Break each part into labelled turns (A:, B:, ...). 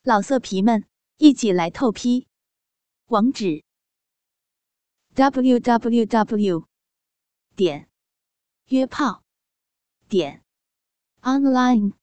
A: 老色皮们，一起来透批！网址 www.约炮online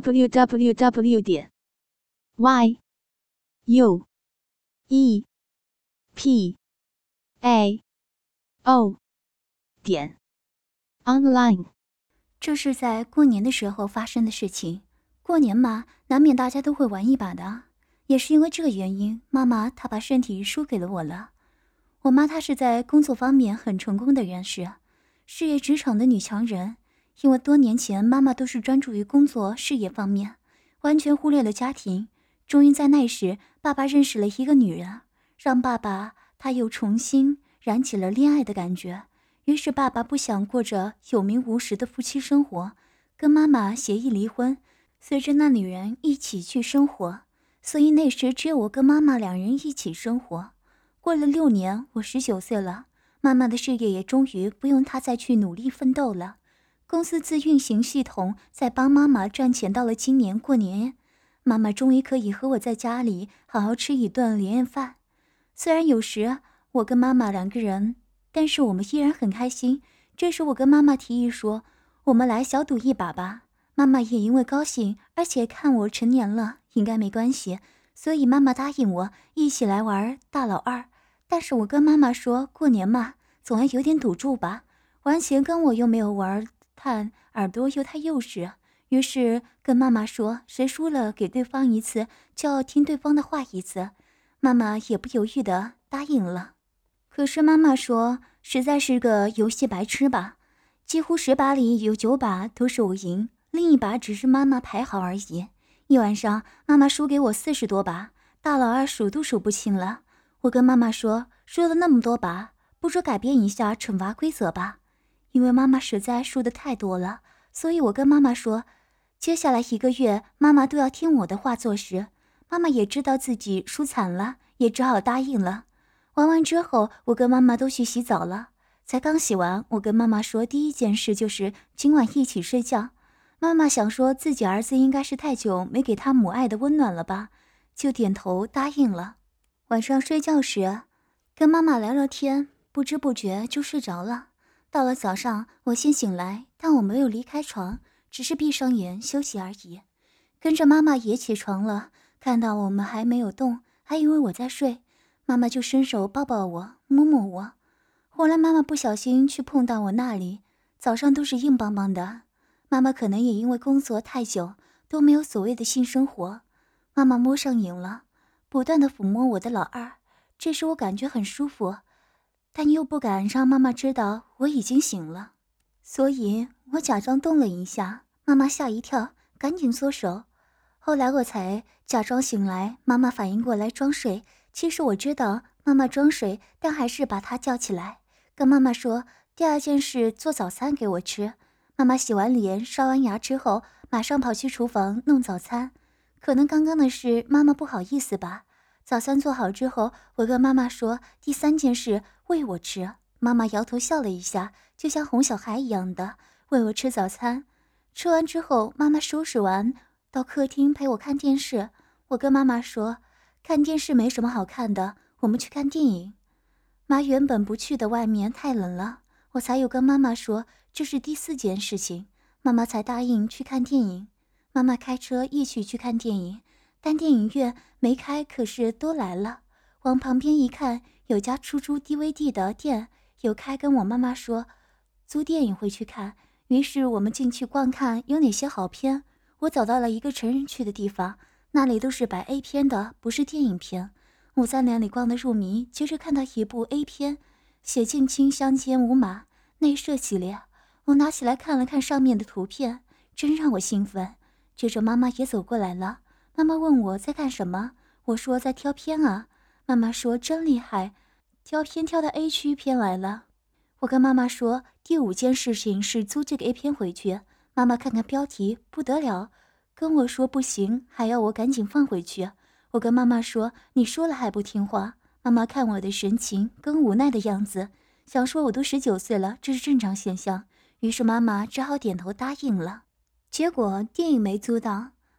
A: www.yuepao.online。
B: 这是在过年的时候发生的事情。过年嘛，难免大家都会玩一把的。也是因为这个原因，妈妈她把身体输给了我了。我妈她是在工作方面很成功的人士，事业职场的女强人。因为多年前妈妈都是专注于工作事业方面，完全忽略了家庭。终于在那时，爸爸认识了一个女人，让爸爸他又重新燃起了恋爱的感觉。于是爸爸不想过着有名无实的夫妻生活，跟妈妈协议离婚，随着那女人一起去生活。所以那时只有我跟妈妈两人一起生活。过了6年，我19岁了，妈妈的事业也终于不用她再去努力奋斗了。公司自运行系统在帮妈妈赚钱，到了今年过年，妈妈终于可以和我在家里好好吃一顿年夜饭。虽然有时我跟妈妈两个人，但是我们依然很开心。这时我跟妈妈提议说，我们来小赌一把吧。妈妈也因为高兴，而且看我成年了，应该没关系，所以妈妈答应我一起来玩大老二。但是我跟妈妈说，过年嘛，总要有点赌注吧，玩钱跟我又没有玩，探耳朵又太幼稚。于是跟妈妈说，谁输了给对方一次，就要听对方的话一次。妈妈也不犹豫地答应了。可是妈妈说，实在是个游戏白痴吧，几乎10把里有9把都是我赢，另一把只是妈妈排好而已。一晚上妈妈输给我40多把，大老二数都数不清了。我跟妈妈说，输了那么多把，不如改变一下惩罚规则吧。因为妈妈实在输的太多了，所以我跟妈妈说，接下来1个月妈妈都要听我的话做事。妈妈也知道自己输惨了，也只好答应了。玩完之后，我跟妈妈都去洗澡了。才刚洗完，我跟妈妈说，第一件事就是今晚一起睡觉。妈妈想说自己儿子应该是太久没给他母爱的温暖了吧，就点头答应了。晚上睡觉时，跟妈妈聊聊天，不知不觉就睡着了。到了早上，我先醒来，但我没有离开床，只是闭上眼休息而已。跟着妈妈也起床了，看到我们还没有动，还以为我在睡，妈妈就伸手抱抱我，摸摸我。后来妈妈不小心去碰到我那里，早上都是硬邦邦的。妈妈可能也因为工作太久，都没有所谓的性生活。妈妈摸上瘾了，不断地抚摸我的老二。这时我感觉很舒服，但又不敢让妈妈知道我已经醒了，所以我假装动了一下，妈妈吓一跳，赶紧缩手。后来我才假装醒来，妈妈反应过来装睡。其实我知道妈妈装睡，但还是把她叫起来，跟妈妈说第2件事做早餐给我吃。妈妈洗完脸刷完牙之后，马上跑去厨房弄早餐。可能刚刚的事妈妈不好意思吧。早餐做好之后，我跟妈妈说第3件事喂我吃。妈妈摇头笑了一下，就像哄小孩一样的喂我吃早餐。吃完之后，妈妈收拾完到客厅陪我看电视。我跟妈妈说，看电视没什么好看的，我们去看电影。妈原本不去的，外面太冷了，我才有跟妈妈说这是第4件事情，妈妈才答应去看电影。妈妈开车一起去看电影，但电影院没开，可是都来了。往旁边一看，有家出租 DVD 的店有开，跟我妈妈说租电影会去看。于是我们进去观看有哪些好片。我找到了一个成人区的地方，那里都是摆 A 片的，不是电影片。我在那里逛得入迷，接着看到一部 A 片，写近亲相奸无码，内射系列。我拿起来看了看上面的图片，真让我兴奋。接着妈妈也走过来了，妈妈问我在干什么，我说在挑片啊。妈妈说真厉害，挑片挑到 A 区片来了。我跟妈妈说第5件事情是租这个 A 片回去。妈妈看看标题不得了，跟我说不行，还要我赶紧放回去。我跟妈妈说你说了还不听话。妈妈看我的神情跟无奈的样子，想说我都19岁了，这是正常现象。于是妈妈只好点头答应了。结果电影没租到，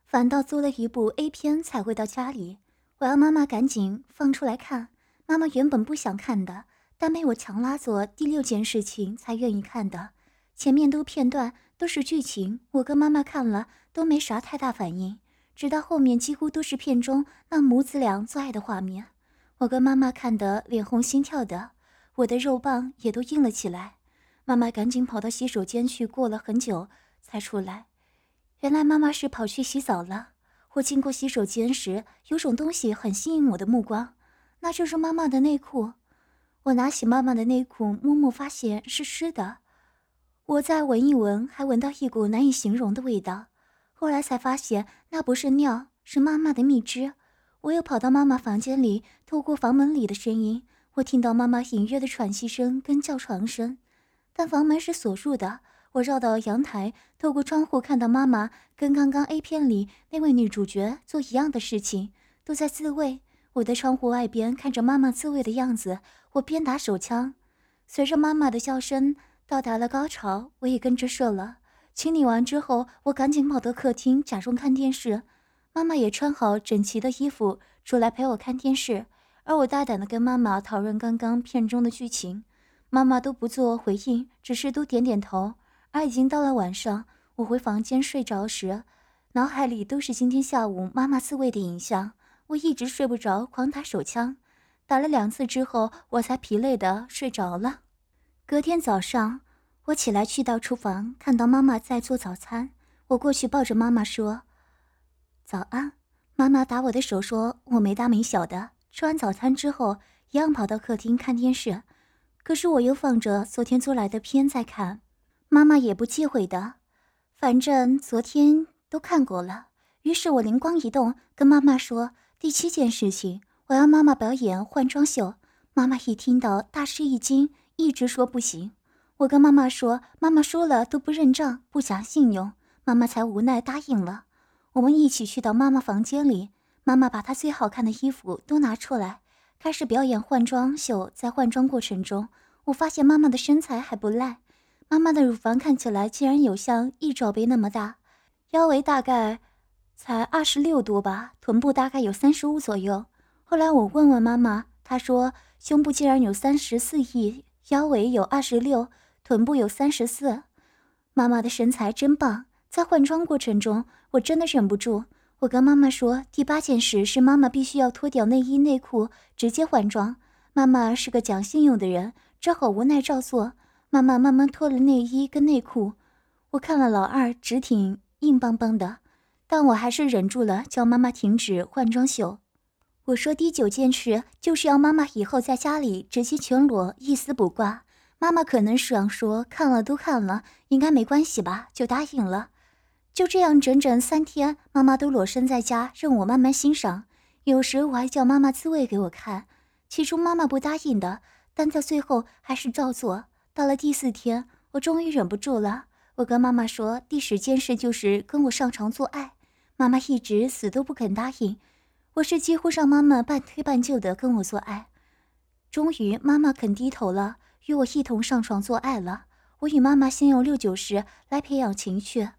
B: 反倒租了一部 A 片才回到家里。我要妈妈赶紧放出来看。妈妈原本不想看的，但被我强拉做第6件事情才愿意看的。前面都片段，都是剧情，我跟妈妈看了都没啥太大反应，直到后面几乎都是片中那母子俩做爱的画面，我跟妈妈看得脸红心跳的，我的肉棒也都硬了起来。妈妈赶紧跑到洗手间去，过了很久才出来。原来妈妈是跑去洗澡了。我经过洗手间时，有种东西很吸引我的目光，那就是妈妈的内裤。我拿起妈妈的内裤摸摸，发现是湿的。我再闻一闻，还闻到一股难以形容的味道。后来才发现那不是尿，是妈妈的蜜汁。我又跑到妈妈房间里，透过房门里的声音，我听到妈妈隐约的喘息声跟叫床声，但房门是锁住的。我绕到阳台，透过窗户看到妈妈跟刚刚 A 片里那位女主角做一样的事情，都在自慰。我在窗户外边看着妈妈自慰的样子，我边打手枪。随着妈妈的叫声到达了高潮，我也跟着射了。清理完之后，我赶紧跑到客厅假装看电视。妈妈也穿好整齐的衣服出来陪我看电视，而我大胆地跟妈妈讨论刚刚片中的剧情，妈妈都不做回应，只是都点点头。而已经到了晚上，我回房间睡着时，脑海里都是今天下午妈妈自慰的影像。我一直睡不着，狂打手枪，打了2次之后，我才疲累的睡着了。隔天早上，我起来去到厨房，看到妈妈在做早餐，我过去抱着妈妈说：“早安。”妈妈打我的手说我没大没小的。吃完早餐之后，一样跑到客厅看电视，可是我又放着昨天租来的片在看。妈妈也不忌讳的，反正昨天都看过了。于是我灵光一动，跟妈妈说第7件事情，我要妈妈表演换装秀。妈妈一听到大吃一惊，一直说不行。我跟妈妈说，妈妈输了都不认账，不讲信用，妈妈才无奈答应了。我们一起去到妈妈房间里，妈妈把她最好看的衣服都拿出来，开始表演换装秀。在换装过程中，我发现妈妈的身材还不赖。妈妈的乳房看起来竟然有像1罩杯那么大，腰围大概才26多吧，臀部大概有35左右。后来我问问妈妈，她说胸部竟然有34亿，腰围有26，臀部有34。妈妈的身材真棒。在换装过程中，我真的忍不住，我跟妈妈说第8件事是妈妈必须要脱掉内衣内裤直接换装。妈妈是个讲信用的人，只好无奈照做。妈妈慢慢脱了内衣跟内裤，我看了老二直挺硬邦邦的，但我还是忍住了，叫妈妈停止换装秀。我说第9件事就是要妈妈以后在家里直接全裸，一丝不挂。妈妈可能想说看了都看了，应该没关系吧，就答应了。就这样整整3天，妈妈都裸身在家，任我慢慢欣赏。有时我还叫妈妈自慰给我看，起初妈妈不答应的，但在最后还是照做。到了第4天，我终于忍不住了，我跟妈妈说第10件事就是跟我上床做爱。妈妈一直死都不肯答应，我是几乎让妈妈半推半就的跟我做爱。终于妈妈肯低头了，与我一同上床做爱了。我与妈妈先用6、9、10来培养情趣。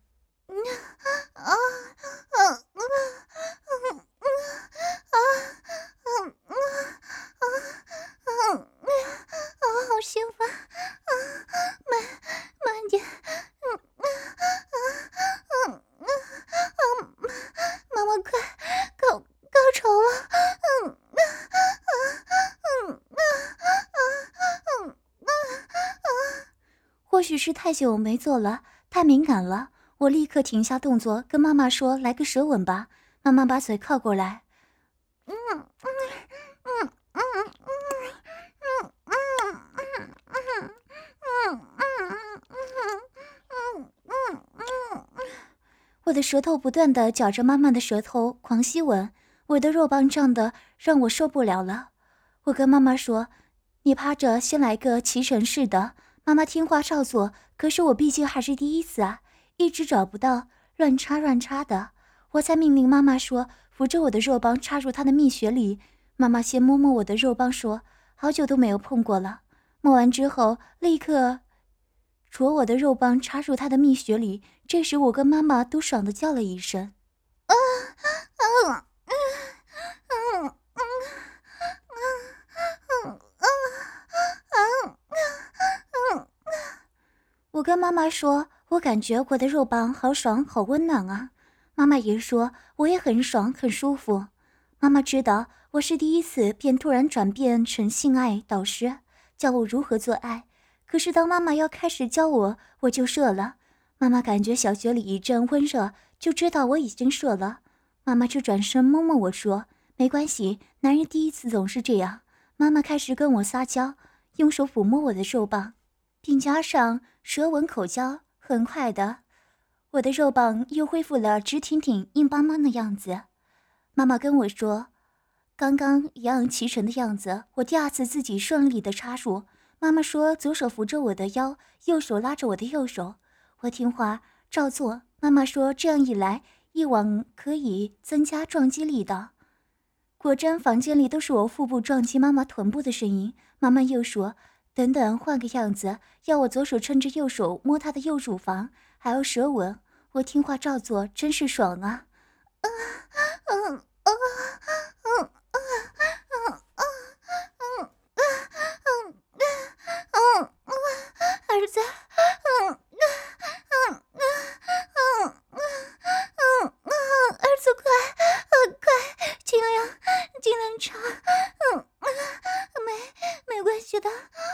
B: 好兴奋！慢点！妈妈快高潮了！或许是太久没做了，太敏感了，我立刻停下动作，跟妈妈说来个舌吻吧。妈妈把嘴靠过来，我的舌头不断地绞着妈妈的舌头狂吸吻，我的肉棒胀得让我受不了了。我跟妈妈说，你趴着先来个骑乘式的。妈妈听话照做，可是我毕竟还是第1次啊，一直找不到，乱插的。我才命令妈妈说扶着我的肉棒插入她的蜜穴里。妈妈先摸摸我的肉棒说好久都没有碰过了。摸完之后立刻戳我的肉棒插入她的蜜穴里。这时我跟妈妈都爽地叫了一声我跟妈妈说，我感觉我的肉棒好爽好温暖啊。妈妈也说我也很爽很舒服。妈妈知道我是第一次，便突然转变成性爱导师，教我如何做爱。可是当妈妈要开始教我，我就射了。妈妈感觉小穴里一阵温热，就知道我已经射了。妈妈就转身摸摸我说，没关系，男人第一次总是这样。妈妈开始跟我撒娇，用手抚摸我的肉棒，并加上舌吻口交。很快的，我的肉棒又恢复了直挺挺硬邦邦的样子。妈妈跟我说，刚刚一样齐成的样子，我第二次自己顺利的插入。妈妈说左手扶着我的腰，右手拉着我的右手，我听话照做。妈妈说这样一来一往可以增加撞击力道。果真房间里都是我腹部撞击妈妈臀部的声音。妈妈又说等等换个样子，要我左手撑着右手摸她的右乳房，还要舌吻。我听话照做，真是爽啊。儿子，儿子快，尽量插，没关系的，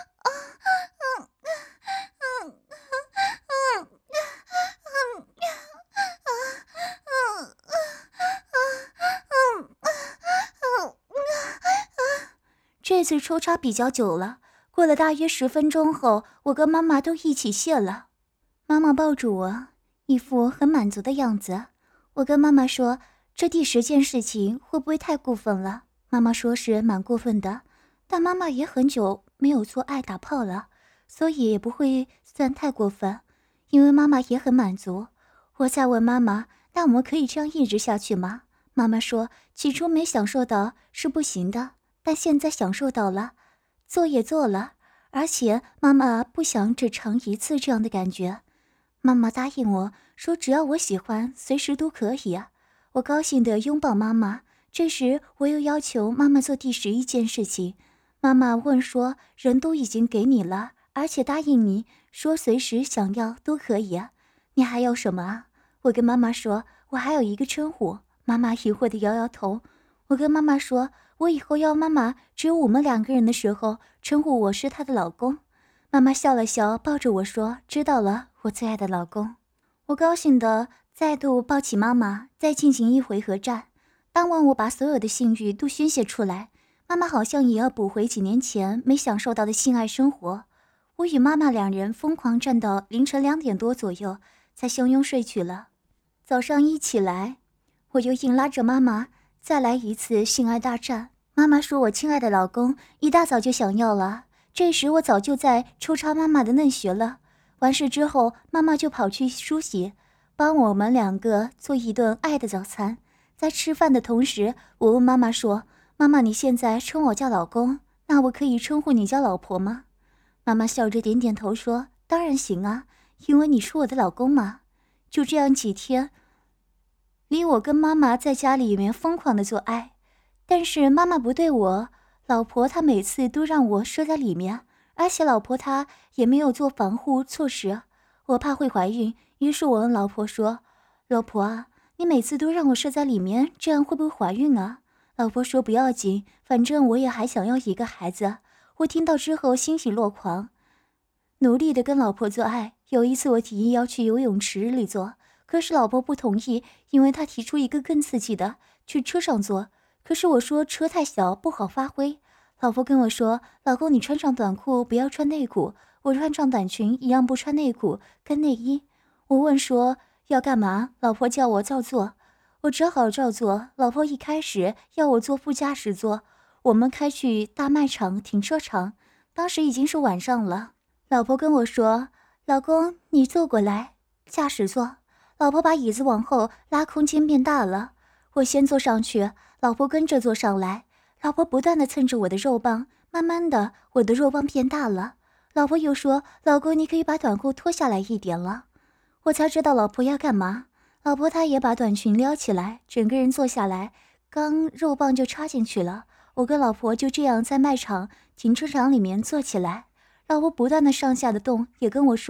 B: 这次抽插比较久了，过了大约10分钟后，我跟妈妈都一起泄了。妈妈抱住我，一副很满足的样子。我跟妈妈说，这第10件事情会不会太过分了？妈妈说是蛮过分的，但妈妈也很久没有做爱打炮了，所以也不会算太过分，因为妈妈也很满足。我再问妈妈，那我们可以这样一直下去吗？妈妈说，起初没享受到是不行的，但现在享受到了，做也做了，而且妈妈不想只尝一次这样的感觉。妈妈答应我说，只要我喜欢，随时都可以啊。我高兴地拥抱妈妈。这时我又要求妈妈做第11件事情。妈妈问说，人都已经给你了，而且答应你说随时想要都可以啊，你还要什么啊？我跟妈妈说，我还有一个称呼。妈妈疑惑地摇摇头。我跟妈妈说，我以后要妈妈只有我们2个人的时候称呼我是她的老公。妈妈笑了笑，抱着我说，知道了，我最爱的老公。我高兴地再度抱起妈妈，再进行一回合战。当晚我把所有的性欲都宣泄出来，妈妈好像也要补回几年前没享受到的性爱生活。我与妈妈2人疯狂战到凌晨2点多左右，才相拥睡去了。早上一起来，我又硬拉着妈妈再来一次性爱大战。妈妈说我亲爱的老公一大早就想要了，这时我早就在抽插妈妈的嫩穴了。完事之后，妈妈就跑去梳洗，帮我们2个做一顿爱的早餐。在吃饭的同时，我问妈妈说，妈妈你现在称我叫老公，那我可以称呼你叫老婆吗？妈妈笑着点点头说，当然行啊，因为你是我的老公嘛。就这样几天里，我跟妈妈在家里面疯狂的做爱，但是妈妈不对我老婆，她每次都让我射在里面，而且老婆她也没有做防护措施，我怕会怀孕。于是我问老婆说，老婆啊，你每次都让我射在里面，这样会不会怀孕啊？老婆说不要紧，反正我也还想要一个孩子。我听到之后欣喜若狂，努力的跟老婆做爱。有一次我提议要去游泳池里做，可是老婆不同意，因为她提出一个更刺激的，去车上做。可是我说车太小不好发挥。老婆跟我说，老公你穿上短裤不要穿内裤，我穿上短裙一样不穿内裤跟内衣。我问说要干嘛，老婆叫我照做，我只好照做。老婆一开始要我坐副驾驶座，我们开去大卖场停车场，当时已经是晚上了。老婆跟我说，老公你坐过来驾驶座。老婆把椅子往后拉，空间变大了，我先坐上去，老婆跟着坐上来。老婆不断地蹭着我的肉棒，慢慢的我的肉棒变大了。老婆又说，老公你可以把短裤脱下来一点了。我才知道老婆要干嘛。老婆她也把短裙撩起来，整个人坐下来，刚肉棒就插进去了。我跟老婆就这样在卖场停车场里面坐起来。老婆不断的上下的动，也跟我说，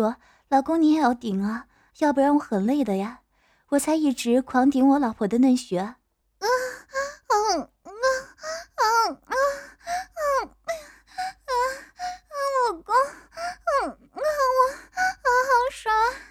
B: 老公你也要顶啊，要不然我很累的呀。我才一直狂顶我老婆的嫩穴。
C: 老公，我好爽，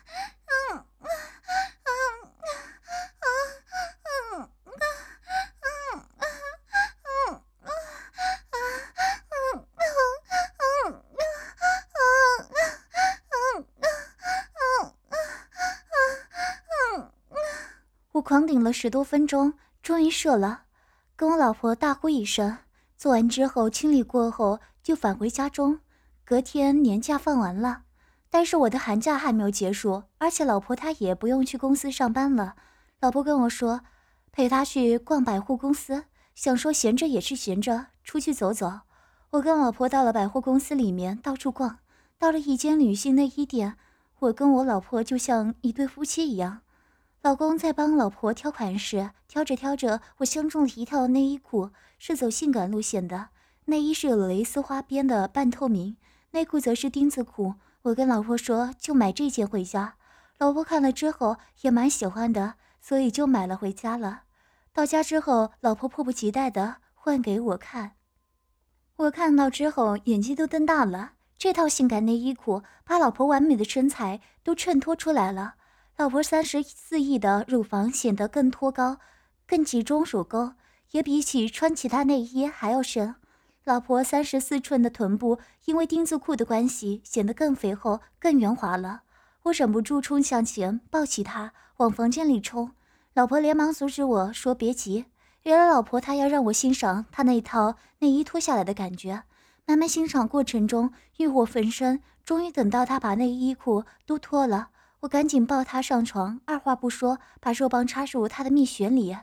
B: 我狂顶了10多分钟，终于射了，跟我老婆大呼一声。做完之后清理过后就返回家中。隔天年假放完了，但是我的寒假还没有结束，而且老婆她也不用去公司上班了。老婆跟我说陪她去逛百货公司，想说闲着也是闲着，出去走走。我跟老婆到了百货公司里面到处逛，到了一间女性内衣店，我跟我老婆就像一对夫妻一样。老公在帮老婆挑款式，挑着挑着，我相中了一套内衣裤，是走性感路线的。内衣是有蕾丝花边的半透明，内裤则是丁字裤。我跟老婆说就买这件回家，老婆看了之后也蛮喜欢的，所以就买了回家了。到家之后，老婆迫不及待地换给我看，我看到之后眼睛都瞪大了。这套性感内衣裤把老婆完美的身材都衬托出来了。老婆34亿的乳房显得更托高，更集中乳沟，也比起穿其他内衣还要深。老婆34寸的臀部因为丁字裤的关系显得更肥厚更圆滑了。我忍不住冲向前抱起她往房间里冲，老婆连忙阻止我说别急。原来老婆她要让我欣赏她那套内衣脱下来的感觉。慢慢欣赏过程中欲火焚身，终于等到她把内衣裤都脱了，我赶紧抱她上床，二话不说把肉棒插入她的蜜穴里。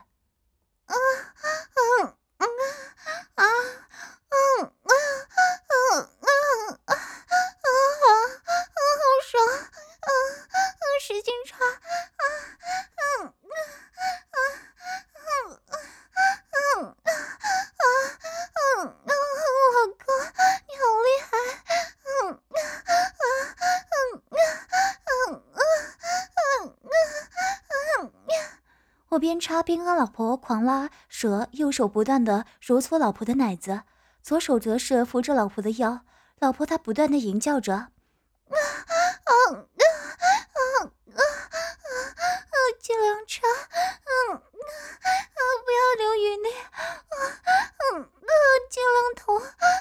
C: 好爽，使劲插，老公，你好厉害，
B: 我边插边跟老婆狂拉舌，右手不断地揉搓老婆的奶子，左手则是扶着老婆的腰。老婆她不断地吟叫着
C: 尽量插，不要流余力，尽量投，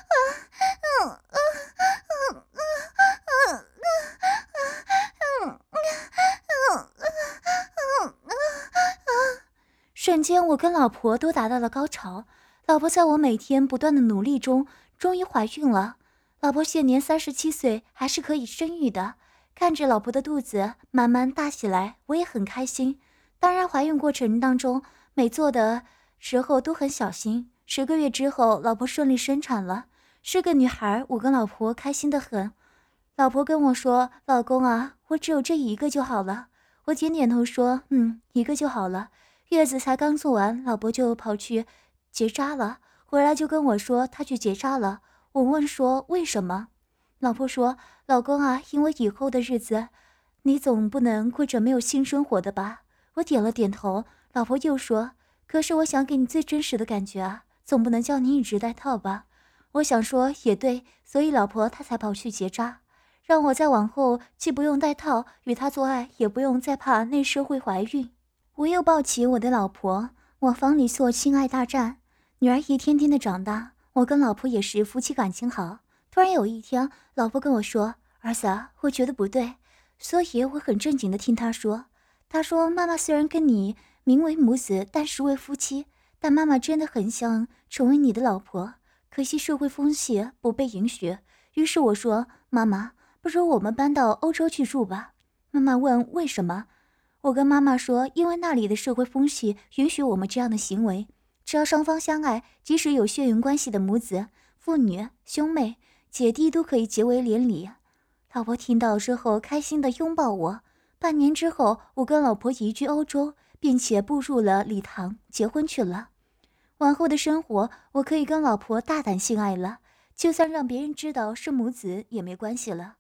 B: 瞬间我跟老婆都达到了高潮。老婆在我每天不断的努力中终于怀孕了。老婆现年37岁，还是可以生育的。看着老婆的肚子慢慢大起来，我也很开心。当然怀孕过程当中每做的时候都很小心。10个月之后，老婆顺利生产了，是个女孩。我跟老婆开心得很。老婆跟我说，老公啊，我只有这一个就好了。我点点头说一个就好了。月子才刚做完，老婆就跑去结扎了，回来就跟我说她去结扎了。我问说为什么？老婆说，老公啊，因为以后的日子你总不能过着没有性生活的吧。我点了点头。老婆又说，可是我想给你最真实的感觉啊，总不能叫你一直戴套吧。我想说也对，所以老婆她才跑去结扎，让我再往后既不用戴套，与她做爱也不用再怕内射会怀孕。我又抱起我的老婆，往房里做性爱大战。女儿一天天的长大，我跟老婆也是夫妻感情好。突然有一天，老婆跟我说，儿子啊，我觉得不对。所以我很正经的听她说，妈妈虽然跟你名为母子，但实为夫妻，但妈妈真的很想成为你的老婆，可惜社会风气不被允许。于是我说，妈妈，不如我们搬到欧洲去住吧。妈妈问为什么？我跟妈妈说，因为那里的社会风气允许我们这样的行为，只要双方相爱，即使有血缘关系的母子、父女、兄妹、姐弟都可以结为连理。老婆听到之后开心地拥抱我。半年之后，我跟老婆移居欧洲，并且步入了礼堂，结婚去了。往后的生活，我可以跟老婆大胆性爱了，就算让别人知道是母子也没关系了。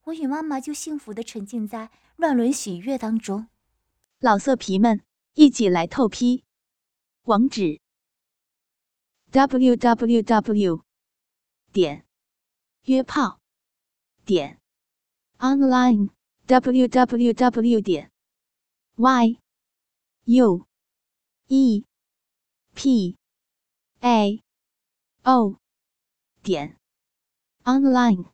B: 我与妈妈就幸福地沉浸在乱伦喜悦当中。
A: 老色皮们，一起来透批！网址 ：www.约炮online www.yuepao.online